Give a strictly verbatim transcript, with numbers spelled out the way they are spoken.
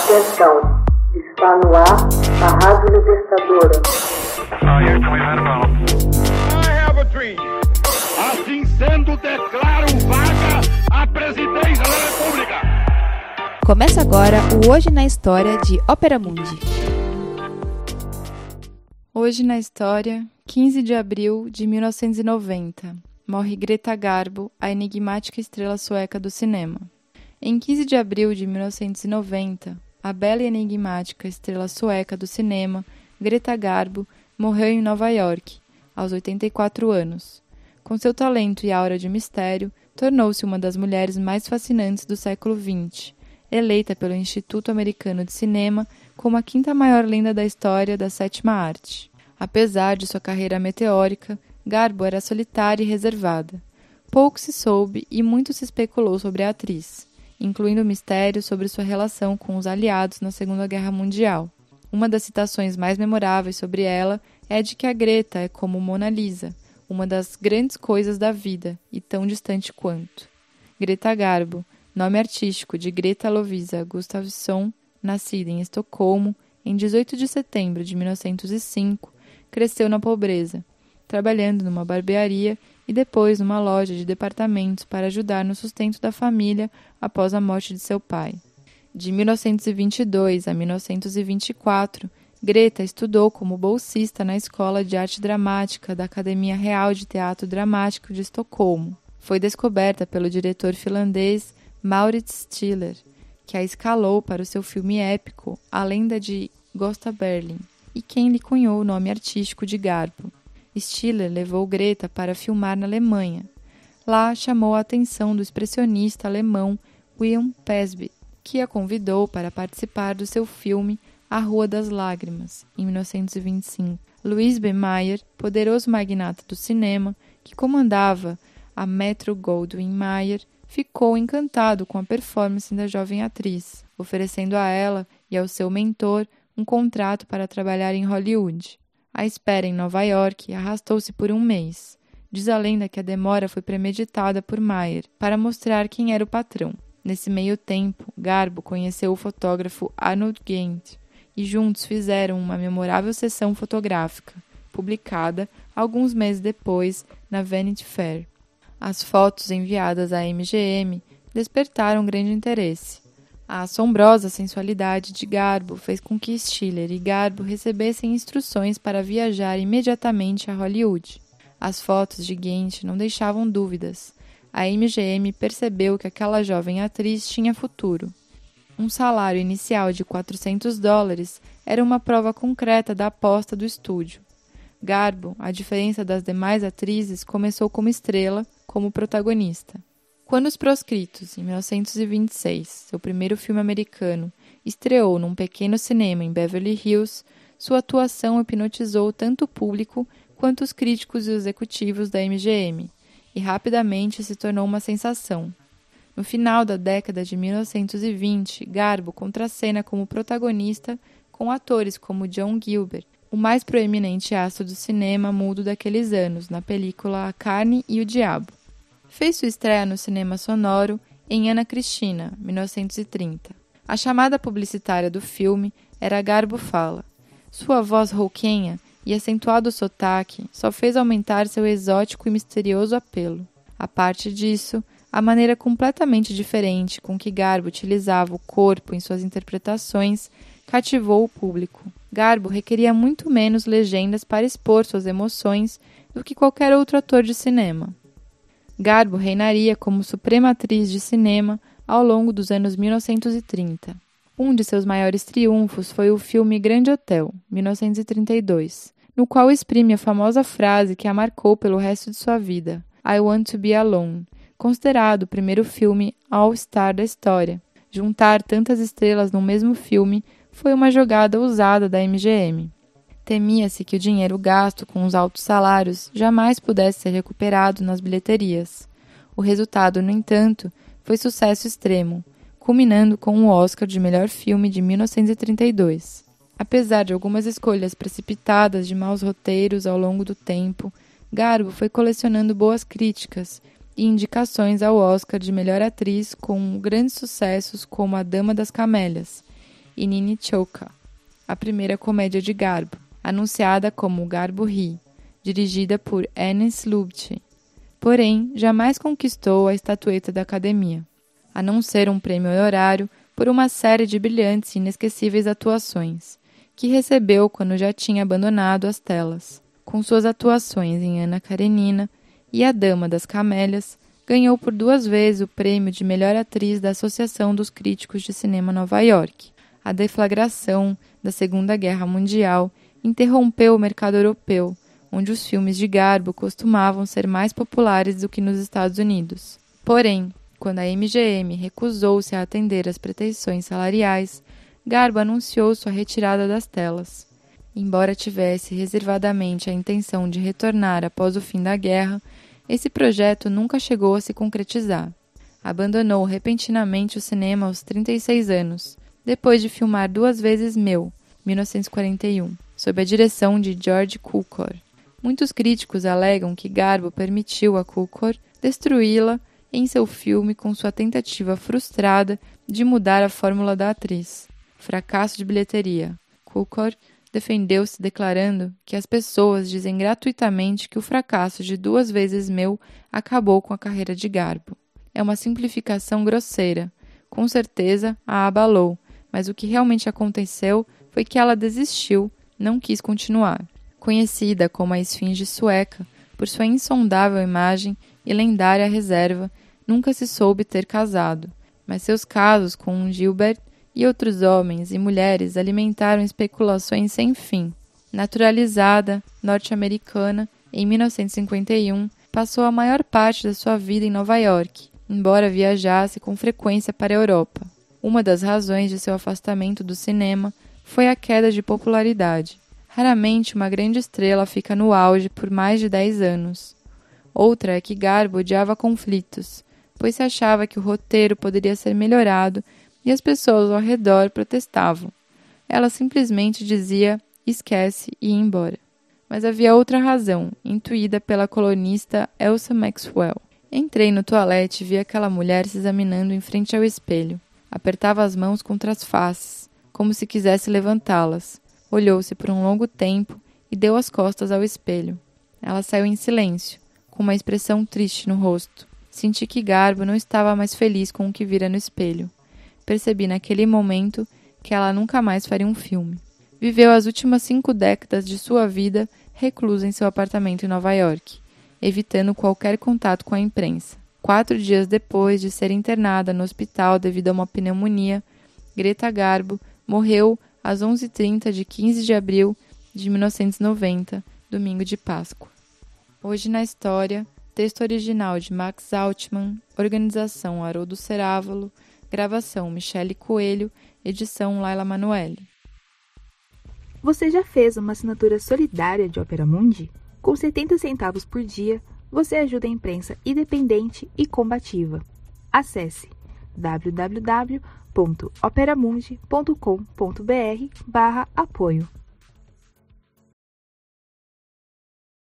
Atenção, está no ar a Rádio Libertadora. Assim sendo, declaro vaga a presidência da República. Começa agora o Hoje na História de Ópera Mundi. Hoje na História, quinze de abril de mil novecentos e noventa, morre Greta Garbo, a enigmática estrela sueca do cinema. Em quinze de abril de mil novecentos e noventa, a bela e enigmática estrela sueca do cinema, Greta Garbo, morreu em Nova York, aos oitenta e quatro anos. Com seu talento e aura de mistério, tornou-se uma das mulheres mais fascinantes do século vinte, eleita pelo Instituto Americano de Cinema como a quinta maior lenda da história da sétima arte. Apesar de sua carreira meteórica, Garbo era solitária e reservada. Pouco se soube e muito se especulou sobre a atriz, incluindo mistérios sobre sua relação com os aliados na Segunda Guerra Mundial. Uma das citações mais memoráveis sobre ela é a de que a Greta é como Mona Lisa, uma das grandes coisas da vida e tão distante quanto. Greta Garbo, nome artístico de Greta Lovisa Gustafsson, nascida em Estocolmo em dezoito de setembro de mil novecentos e cinco, cresceu na pobreza, trabalhando numa barbearia e depois numa loja de departamentos para ajudar no sustento da família após a morte de seu pai. De mil novecentos e vinte e dois a mil novecentos e vinte e quatro, Greta estudou como bolsista na Escola de Arte Dramática da Academia Real de Teatro Dramático de Estocolmo. Foi descoberta pelo diretor finlandês Maurits Stiller, que a escalou para o seu filme épico A Lenda de Gösta Berling, e quem lhe cunhou o nome artístico de Garbo. Stiller levou Greta para filmar na Alemanha. Lá chamou a atenção do expressionista alemão Wilhelm Pesby, que a convidou para participar do seu filme A Rua das Lágrimas, em mil novecentos e vinte e cinco. Louis B. Mayer, poderoso magnata do cinema, que comandava a Metro-Goldwyn-Mayer, ficou encantado com a performance da jovem atriz, oferecendo a ela e ao seu mentor um contrato para trabalhar em Hollywood. A espera em Nova York arrastou-se por um mês. Diz a lenda que a demora foi premeditada por Mayer para mostrar quem era o patrão. Nesse meio tempo, Garbo conheceu o fotógrafo Arnold Gant e juntos fizeram uma memorável sessão fotográfica, publicada alguns meses depois na Vanity Fair. As fotos enviadas à M G M despertaram grande interesse. A assombrosa sensualidade de Garbo fez com que Stiller e Garbo recebessem instruções para viajar imediatamente a Hollywood. As fotos de Gant não deixavam dúvidas. A M G M percebeu que aquela jovem atriz tinha futuro. Um salário inicial de quatrocentos dólares era uma prova concreta da aposta do estúdio. Garbo, à diferença das demais atrizes, começou como estrela, como protagonista. Quando Os Proscritos, em mil novecentos e vinte e seis, seu primeiro filme americano, estreou num pequeno cinema em Beverly Hills, sua atuação hipnotizou tanto o público quanto os críticos e executivos da M G M, e rapidamente se tornou uma sensação. No final da década de mil novecentos e vinte, Garbo contracena como protagonista com atores como John Gilbert, o mais proeminente astro do cinema mudo daqueles anos, na película A Carne e o Diabo. Fez sua estreia no cinema sonoro em Ana Cristina, mil novecentos e trinta. A chamada publicitária do filme era Garbo Fala. Sua voz rouquenha e acentuado sotaque só fez aumentar seu exótico e misterioso apelo. A parte disso, a maneira completamente diferente com que Garbo utilizava o corpo em suas interpretações cativou o público. Garbo requeria muito menos legendas para expor suas emoções do que qualquer outro ator de cinema. Garbo reinaria como suprema atriz de cinema ao longo dos anos mil novecentos e trinta. Um de seus maiores triunfos foi o filme Grande Hotel, mil novecentos e trinta e dois, no qual exprime a famosa frase que a marcou pelo resto de sua vida, I Want to Be Alone, considerado o primeiro filme all-star da história. Juntar tantas estrelas no mesmo filme foi uma jogada ousada da M G M. Temia-se que o dinheiro gasto com os altos salários jamais pudesse ser recuperado nas bilheterias. O resultado, no entanto, foi sucesso extremo, culminando com o Oscar de melhor filme de mil novecentos e trinta e dois. Apesar de algumas escolhas precipitadas de maus roteiros ao longo do tempo, Garbo foi colecionando boas críticas e indicações ao Oscar de melhor atriz com grandes sucessos como A Dama das Camélias, e Nini Chopra, a primeira comédia de Garbo, anunciada como Garbo Ri, dirigida por Ernest Lubitsch. Porém, jamais conquistou a estatueta da Academia, a não ser um prêmio honorário por uma série de brilhantes e inesquecíveis atuações, que recebeu quando já tinha abandonado as telas. Com suas atuações em Ana Karenina e A Dama das Camélias, ganhou por duas vezes o prêmio de melhor atriz da Associação dos Críticos de Cinema Nova York. A deflagração da Segunda Guerra Mundial interrompeu o mercado europeu, onde os filmes de Garbo costumavam ser mais populares do que nos Estados Unidos. Porém, quando a M G M recusou-se a atender às pretensões salariais, Garbo anunciou sua retirada das telas. Embora tivesse reservadamente a intenção de retornar após o fim da guerra, esse projeto nunca chegou a se concretizar. Abandonou repentinamente o cinema aos trinta e seis anos, depois de filmar duas vezes Meu, mil novecentos e quarenta e um, sob a direção de George Cukor. Muitos críticos alegam que Garbo permitiu a Cukor destruí-la em seu filme com sua tentativa frustrada de mudar a fórmula da atriz. Fracasso de bilheteria. Cukor defendeu-se declarando que as pessoas dizem gratuitamente que o fracasso de Duas Vezes Meu acabou com a carreira de Garbo. É uma simplificação grosseira. Com certeza a abalou, mas o que realmente aconteceu foi que ela desistiu, não quis continuar. Conhecida como a Esfinge Sueca por sua insondável imagem e lendária reserva, nunca se soube ter casado, mas seus casos com Gilbert e outros homens e mulheres alimentaram especulações sem fim. Naturalizada norte-americana, em mil novecentos e cinquenta e um, passou a maior parte da sua vida em Nova York, embora viajasse com frequência para a Europa. Uma das razões de seu afastamento do cinema foi a queda de popularidade. Raramente uma grande estrela fica no auge por mais de dez anos. Outra é que Garbo odiava conflitos, pois se achava que o roteiro poderia ser melhorado e as pessoas ao redor protestavam. Ela simplesmente dizia, esquece e ia embora. Mas havia outra razão, intuída pela colunista Elsa Maxwell. Entrei no toalete e vi aquela mulher se examinando em frente ao espelho. Apertava as mãos contra as faces, como se quisesse levantá-las. Olhou-se por um longo tempo e deu as costas ao espelho. Ela saiu em silêncio, com uma expressão triste no rosto. Senti que Garbo não estava mais feliz com o que vira no espelho. Percebi naquele momento que ela nunca mais faria um filme. Viveu as últimas cinco décadas de sua vida reclusa em seu apartamento em Nova York, evitando qualquer contato com a imprensa. Quatro dias depois de ser internada no hospital devido a uma pneumonia, Greta Garbo morreu às onze e trinta de quinze de abril de mil novecentos e noventa, domingo de Páscoa. Hoje na História, texto original de Max Altman, organização Haroldo Cerávolo, gravação Michele Coelho, edição Laila Manoeli. Você já fez uma assinatura solidária de Opera Mundi? Com setenta centavos por dia, você ajuda a imprensa independente e combativa. Acesse w w w ponto operamundi ponto com ponto b r barra apoio.